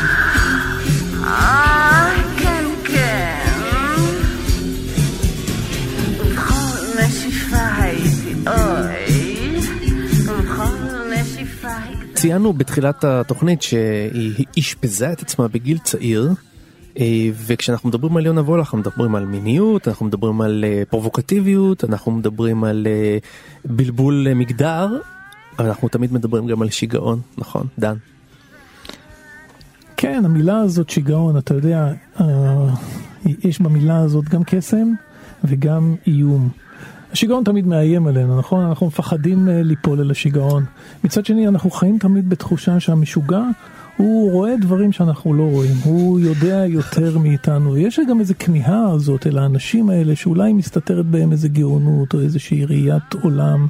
כן, כן, ובכל נשיפה הייתי אוי, ובכל נשיפה הייתי. ציינו בתחילת התוכנית שהיא אשפזה את עצמה בגיל צעיר, וכשאנחנו מדברים על יונה וולך, אנחנו מדברים על מיניות, אנחנו מדברים על פרובוקטיביות, אנחנו מדברים על בלבול מגדר, אבל אנחנו תמיד מדברים גם על שיגעון, נכון, דן? כן, המילה הזאת שיגעון, אתה יודע, יש במילה הזאת גם קסם וגם איום. השיגעון תמיד מאיים עלינו, נכון? אנחנו מפחדים ליפול אל השיגעון. מצד שני, אנחנו חיים תמיד בתחושה שהמשוגע הוא רואה דברים שאנחנו לא רואים, הוא יודע יותר מאיתנו. יש גם איזו כמיהה הזאת אל האנשים האלה שאולי מסתתרת בהם איזו גאונות או איזושהי ראיית עולם,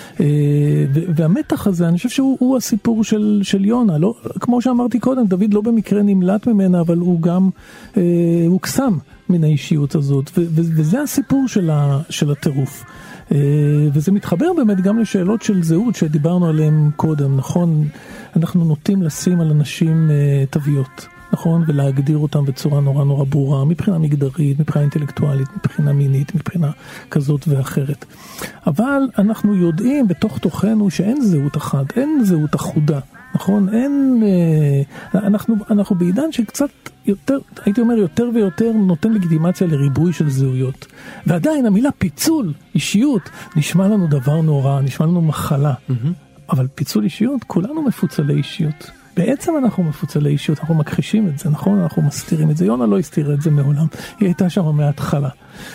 והמתח הזה, אני חושב שהוא הסיפור של יונה. לא, כמו שאמרתי קודם, דוד לא במקרה נמלט ממנה, אבל הוא גם הוא קסם מן האישיות הזאת, וזה הסיפור של הטירוף. וזה מתחבר באמת גם לשאלות של זהות שדיברנו עליהן קודם, נכון? אנחנו נוטים לשים על אנשים תוויות, נכון? ולהגדיר אותם בצורה נורא נורא ברורה, מבחינה מגדרית, מבחינה אינטלקטואלית, מבחינה מינית, מבחינה כזאת ואחרת. אבל אנחנו יודעים בתוך תוכנו שאין זהות אחת, אין זהות אחודה, נכון? אנחנו בעידן שקצת יותר, הייתי אומר יותר ויותר נותן לגיטימציה לריבוי של זהויות. ועדיין המילה פיצול אישיות נשמע לנו דבר נורא, נשמע לנו מחלה. אבל פיצול אישיות, כולנו מפוצלי אישיות. בעצם אנחנו מפוצלי אישיות, אנחנו מכחישים את זה, נכון? אנחנו מסתירים את זה. יונה לא הסתירה את זה מעולם. היא הייתה שם מההתחלה.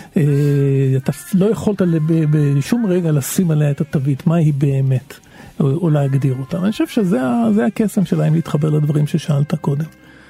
אתה לא יכולת בשום רגע לשים עליה את התווית, מה היא באמת, או להגדיר אותה. אני חושב שזה הקסם שלהם להתחבר לדברים ששאלת קודם.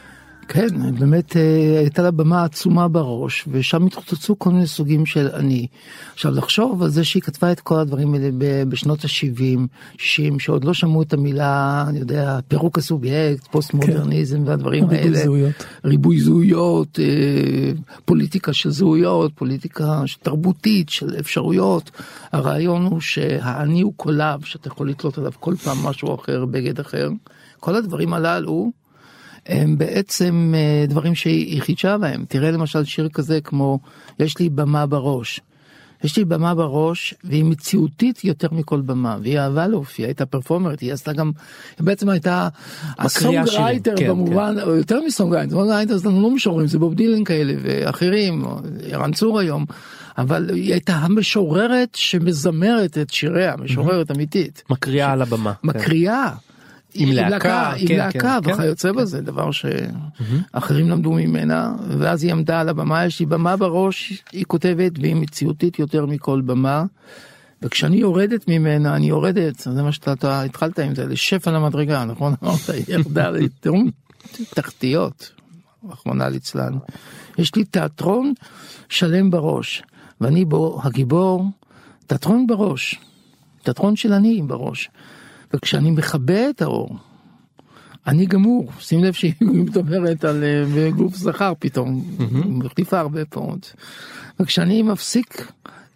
כן, באמת הייתה לה במה עצומה בראש, ושם התחוצצו כל מיני סוגים של אני. עכשיו לחשוב על זה שהיא כתבה את כל הדברים האלה בשנות ה-70, 60, שעוד לא שמעו את המילה, אני יודע, פירוק הסובייקט, פוסט מודרניזם והדברים האלה. ריבוי זהויות, פוליטיקה של זהויות, פוליטיקה תרבותית של אפשרויות. הרעיון הוא שהאני הוא קולב, שאתה יכול לתלות עליו כל פעם משהו אחר, בגד אחר. כל הדברים הללו, הם בעצם דברים שהיא חידשה בהם. תראה למשל שיר כזה כמו יש לי במה בראש. יש לי במה בראש והיא מציאותית יותר מכל במה, והיא אהבה להופיע, הייתה פרפורמרית, היא עשתה גם, היא בעצם הייתה הסונגרייטר במובן, או יותר מסונגרייטר, סונגרייטר זה לא משוררים, זה בוב דילן כאלה ואחרים, ערן צור היום, אבל היא הייתה המשוררת שמזמרת את שיריה, משוררת אמיתית. מקריאה על הבמה. מקריאה. עם להקה, וכיוצא בזה, דבר שאחרים למדו ממנה, ואז היא עמדה על הבמה, יש לי במה בראש, היא כותבת, והיא מציאותית יותר מכל במה, וכשאני יורדת ממנה, אני יורדת, זה מה שאתה התחלת עם זה, לשפע למדרגה, נכון? אמרת, ירדה לתרום תחתיות, רחמנא ליצלן. יש לי תיאטרון שלם בראש, ואני בו הגיבור, תיאטרון בראש, תיאטרון של אני בראש. וכשאני מכבה את האור, אני גמור. שים לב שהיא מדברת על גוף זכר פתאום, מחליפה הרבה פעולות. וכשאני מפסיק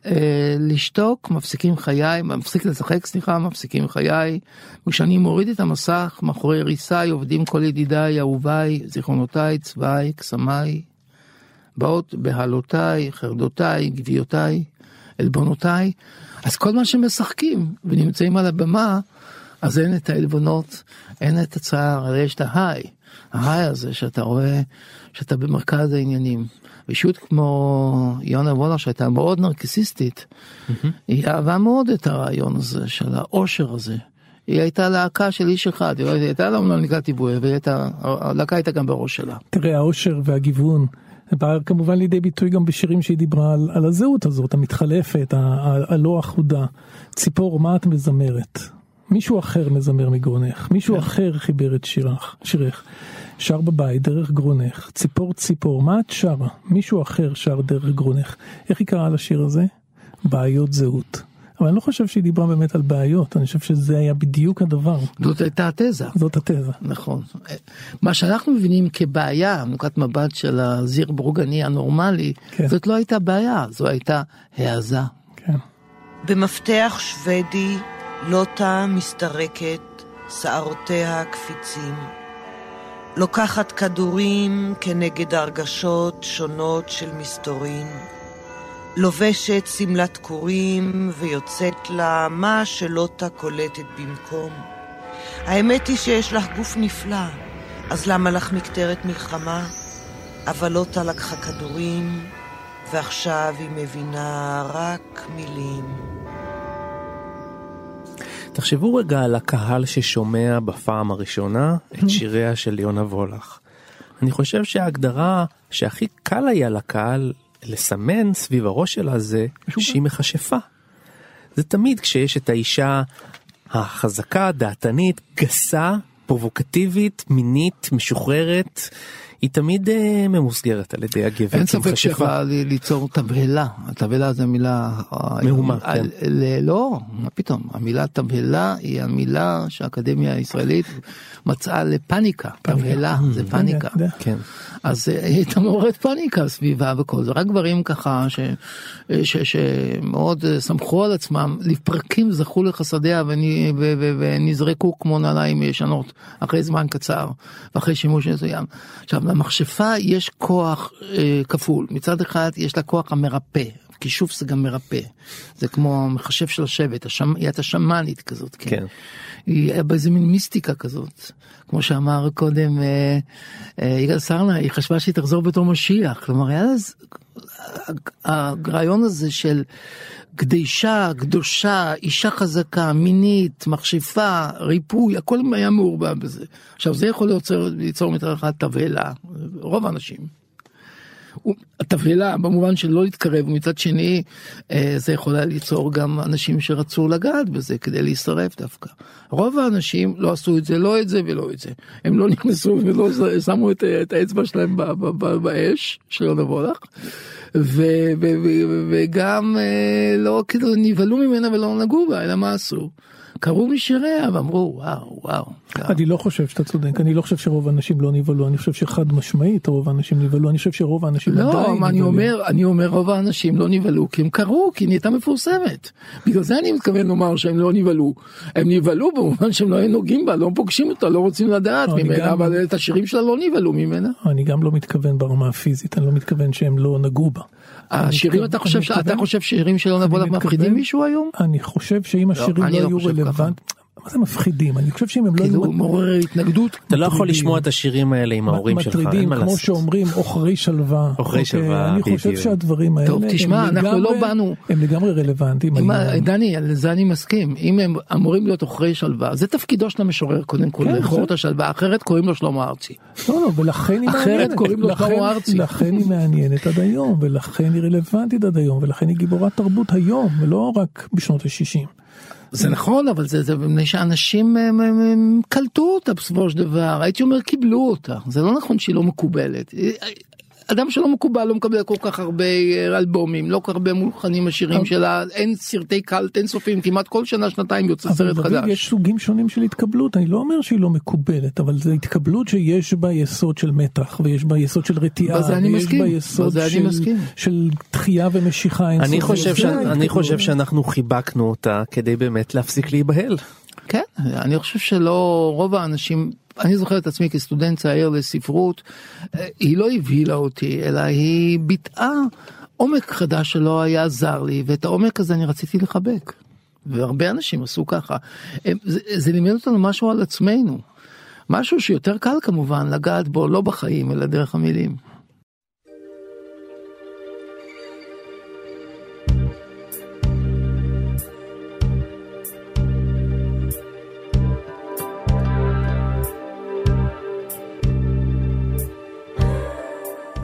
לשתוק, מפסיקים חיי, מפסיק לשחק, מפסיקים חיי. וכשאני מוריד את המסך, מאחורי ריסי עובדים כל ידידיי, אהוביי, זיכרונותיי, צבאי, קסמיי, באות בהלותיי, חרדותיי, גביותיי, אלבונותיי. אז כל מה שמשחקים ונמצאים על הבמה, אז אין את העלבונות, אין את הצער, הרי יש את ההיי הזה שאתה רואה, שאתה במרכז העניינים. אישיות כמו יונה וולך שהייתה מאוד נרקיסיסטית, היא אהבה מאוד את הרעיון הזה, של העושר הזה. היא הייתה להקה של איש אחד, היא הייתה לא מלניקה טיבוי, והלהקה הייתה גם בראש שלה. תראה, העושר והגיוון, בא כמובן לידי ביטוי גם בשירים שהיא דיברה על הזהות הזאת, המתחלפת, הלא אחודה. ציפור, מה את מזמרת? מישהו אחר מזמר מגרונך, מישהו אחר חיבר את שירך. שר בבית, דרך גרונך, ציפור ציפור, מה את שרה? מישהו אחר שר דרך גרונך. איך היא קראה לשיר הזה? בעיות זהות. אבל אני לא חושב שהיא דיברה באמת על בעיות, אני חושב שזה היה בדיוק הדבר. זאת הייתה התזה. זאת התזה. נכון. מה שאנחנו מבינים כבעיה, נקודת מבט של הזיר ברוגני הנורמלי, כן. זאת לא הייתה בעיה, זו הייתה העזה. כן. במפתח שוודי, לוטה מסתרקת, שערותיה קפיצים. לוקחת כדורים כנגד הרגשות שונות של מסתורין. לובשת סמלת קורים ויוצאת לה מה שלוטה קולטת במקום. האמת היא שיש לך גוף נפלא, אז למה לך מקטרת מלחמה? אבל לוטה לקחה כדורים, ועכשיו היא מבינה רק מילים. תחשבו רגע על הקהל ששומע בפעם הראשונה את שיריה של יונה וולך. אני חושב שההגדרה שהכי קל היה לקהל לסמן סביב הראש שלה זה שהיא מכשפה. זה תמיד כשיש את האישה החזקה, דעתנית, גסה, פרובוקטיבית, מינית, משוחררת, היא תמיד ממוסגרת על ידי הגבר. אין ספק שיכולה ליצור תבהלה. התבהלה זה מילה... מהומה, כן. לא, מה פתאום. המילה תבהלה היא המילה שהאקדמיה הישראלית מצאה לפניקה. תבהלה זה פניקה. כן. אז היא הייתה מעוררת פניקה סביבה וכל זה. רק דברים ככה שמאוד סמכו על עצמם, לפרקים זכו לחסדיה ונזרקו כמו נעליים ישנות אחרי זמן קצר ואחרי שימוש מסוים. עכשיו, למכשפה יש כוח כפול. מצד אחד יש לה כוח המרפא. כישוף זה גם מרפא. זה כמו מחשב של השבט. היא הייתה שמנית כזאת. כן. היא באיזה מין מיסטיקה כזאת. כמו שאמר קודם יגאל סרנה, היא חשבה שהיא תחזור בתור משיח. כלומר, היה אז הרעיון הזה של קדישה, קדושה, אישה חזקה, מינית, מכשפה, ריפוי, הכל היה מעורבב בזה. עכשיו, זה יכול ליצור מצד אחד תבהלה, רוב האנשים. התבהלה, במובן של לא להתקרב, ומצד שני, זה יכול ליצור גם אנשים שרצו לגעת בזה, כדי להישרף דווקא. רוב האנשים לא עשו את זה, לא את זה ולא את זה. הם לא נכנסו ולא שמו את האצבע שלהם באש, של יונה וולך, וגם לא כאילו נבהלו ממנה ולא נגעו בה, אלא מה עשו? קראו משיריה ואמרו וואו. אני לא חושב שאתה צודק, אני לא חושב שרוב האנשים לא נבהלו, אני חושב שחד משמעית רוב האנשים נבהלו, אני חושב שרוב האנשים לא, אני אומר רוב האנשים לא נבהלו, כי הם קראו, כי היא נהייתה מפורסמת. בגלל זה אני מתכוון לומר שהם לא נבהלו. הם נבהלו במובן שהם לא היו נוגעים בה, לא פוגשים אותה, לא רוצים לדעת ממנה, אבל את השירים שלה לא נבהלו ממנה. אני גם לא מתכוון ברמה הפיזית, אני לא מתכוון שהם לא נגעו בה. השירים, אתה חושב שירים שלא נבוא לך מפחידים מישהו היום? אני חושב שאם השירים לא היו רלוונטיים, מה זה מפחידים? אני חושב שאם הם לא היו... כאילו מעורר התנגדות. אתה לא יכול לשמוע את השירים האלה עם ההורים שלך. מטרידים, כמו שאומרים, אוכרי שלווה. אוכרי שלווה, אני חושב שהדברים האלה... טוב, תשמע, אנחנו לא באנו... הם לגמרי רלוונטיים. דני, לזה אני מסכים. אם הם אמורים להיות אוכרי שלווה, זה תפקידו של המשורר, קודם כל, לאכור את השלווה. אחרת קוראים לו שלמה ארצי. לא, ולכן היא מעניינת. לכן היא מעניינת עד היום, ולכן היא רלוונטית עד היום, ולכן היא גיבורת תרבות היום, ולא רק בשנות ה-60. זה נכון, אבל זה מפני שאנשים קלטו אותה בסופו של דבר, הייתי אומר קיבלו אותה, זה לא נכון שהיא לא מקובלת, אדם שלא מקובל לא מקבל כל כך הרבה אלבומים, לא כל כך הרבה מולחנים השירים שלה, אין סרטי קלט, אין סופים, כמעט כל שנה, שנתיים יוצא סרט חדש. אבל יש סוגים שונים של התקבלות, אני לא אומר שהיא לא מקובלת, אבל זו התקבלות שיש בה יסוד של מתח, ויש בה יסוד של רתיעה, ויש בה יסוד של דחייה ומשיכה. אני חושב שאנחנו חיבקנו אותה כדי באמת להפסיק להיבהל. כן, אני חושב שלא רוב האנשים... אני זוכר את עצמי כסטודנט צעיר לספרות, היא לא הבהילה אותי, אלא היא ביטאה עומק חדש שלא היה זר לי, ואת העומק הזה אני רציתי לחבק. והרבה אנשים עשו ככה. זה לימד אותנו משהו על עצמנו. משהו שיותר קל כמובן לגעת בו, לא בחיים, אלא דרך המילים.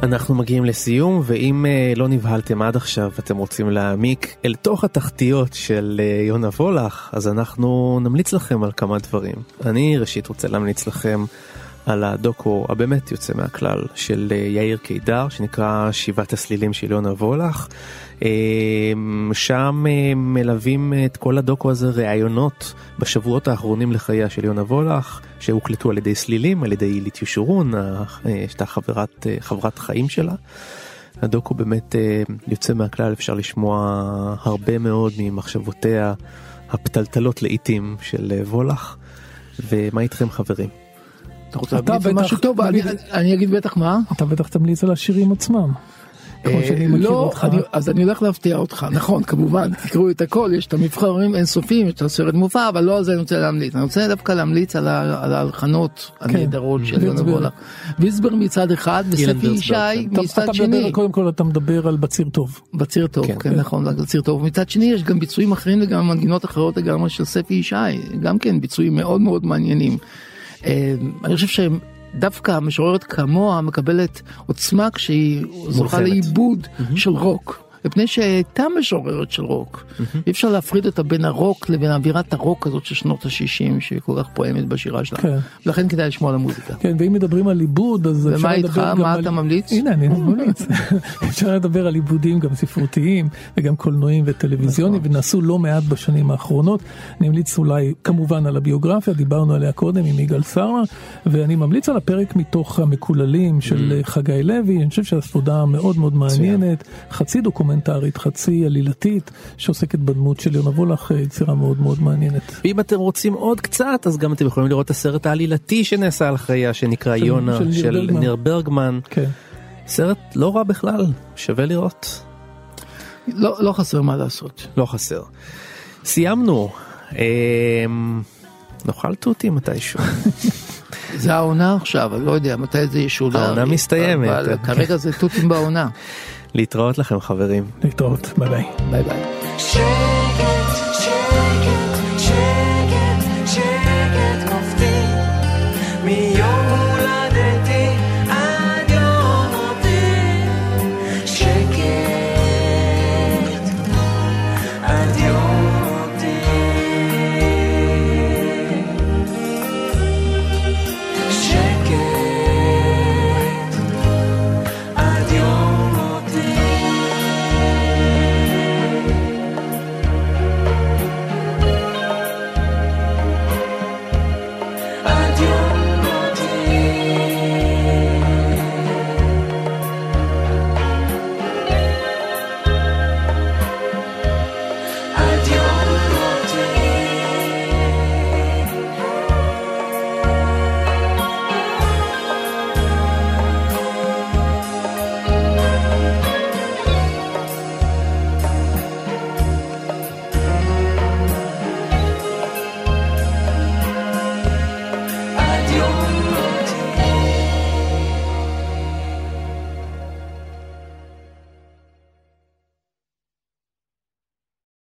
אנחנו מגיעים לסיום, ואם לא נבהלתם עד עכשיו ואתם רוצים להעמיק אל תוך התחתיות של יונה וולך, אז אנחנו נמליץ לכם על כמה דברים. אני ראשית רוצה להמליץ לכם על הדוקו הבאמת יוצא מהכלל של יאיר קידר, שנקרא שבעת הסלילים של יונה וולך. שם מלווים את כל הדוקו הזה ראיונות בשבועות האחרונים לחייה של יונה וולך, שהוקלטו על ידי סלילים, על ידי אילית ישורון, שהייתה חברת חיים שלה. הדוקו באמת יוצא מהכלל, אפשר לשמוע הרבה מאוד ממחשבותיה הפתלתלות לעיתים של וולך. ומה איתכם חברים? אתה רוצה להמליץ על משהו טוב? אני אגיד בטח מה? אתה בטח תמליץ על השירים עצמם. לא, אז אני הולך להפתיע אותך, נכון, כמובן, תקראו את הכל, יש את המבחרים אינסופיים, יש את הסרט מופע, אבל לא על זה אני רוצה להמליץ. אני רוצה דווקא להמליץ על ההלחנות הנהדרות של יונה וולך. ויסבר מצד אחד, וספי ישי מצד שני. קודם כל אתה מדבר על בציר טוב. בציר טוב, כן, נכון, בציר טוב. מצד שני יש גם ביצועים אחרים וגם מנגינות אחרות לגמרי של ספי ישי, גם כן ביצועים מאוד מאוד מעניינים. אני חושב שהם דווקא המשוררת כמוה מקבלת עוצמה כשהיא זוכה לאיבוד של רוק, מפני שהייתה משוררת של רוק. אי אפשר להפריד אותה בין הרוק לבין אווירת הרוק הזאת של שנות ה-60 שהיא כל כך פועמת בשירה שלה. ולכן כדאי לשמוע על המוזיקה. כן, ואם מדברים על עיבוד, אז ומה איתך? מה אתה ממליץ? הנה, אני ממליץ. אפשר לדבר על עיבודים גם ספרותיים וגם קולנועים וטלוויזיונים, ונעשו לא מעט בשנים האחרונות. אני ממליץ אולי כמובן על הביוגרפיה, דיברנו עליה קודם עם יגאל סרמה, ואני ממליץ על הפרק מתוך המקוללים של חגי לוי. אני חושב שהסעודה מאוד מאוד מעניינת, חצי דוקומנטרית, חצי עלילתית, שעוסקת בדמות של יונה וולך, יצירה מאוד מאוד מעניינת. ואם אתם רוצים עוד קצת, אז גם אתם יכולים לראות את הסרט העלילתי שנעשה על חייה, שנקרא יונה, של ניר ברגמן. כן. סרט לא רע בכלל, שווה לראות. לא חסר מה לעשות. לא חסר. סיימנו. נאכל תותי מתישהו. זה העונה עכשיו, אני לא יודע מתי זה ישודר. העונה מסתיימת. אבל כרגע זה תותים בעונה. להתראות לכם חברים. להתראות, ביי ביי. ביי ביי.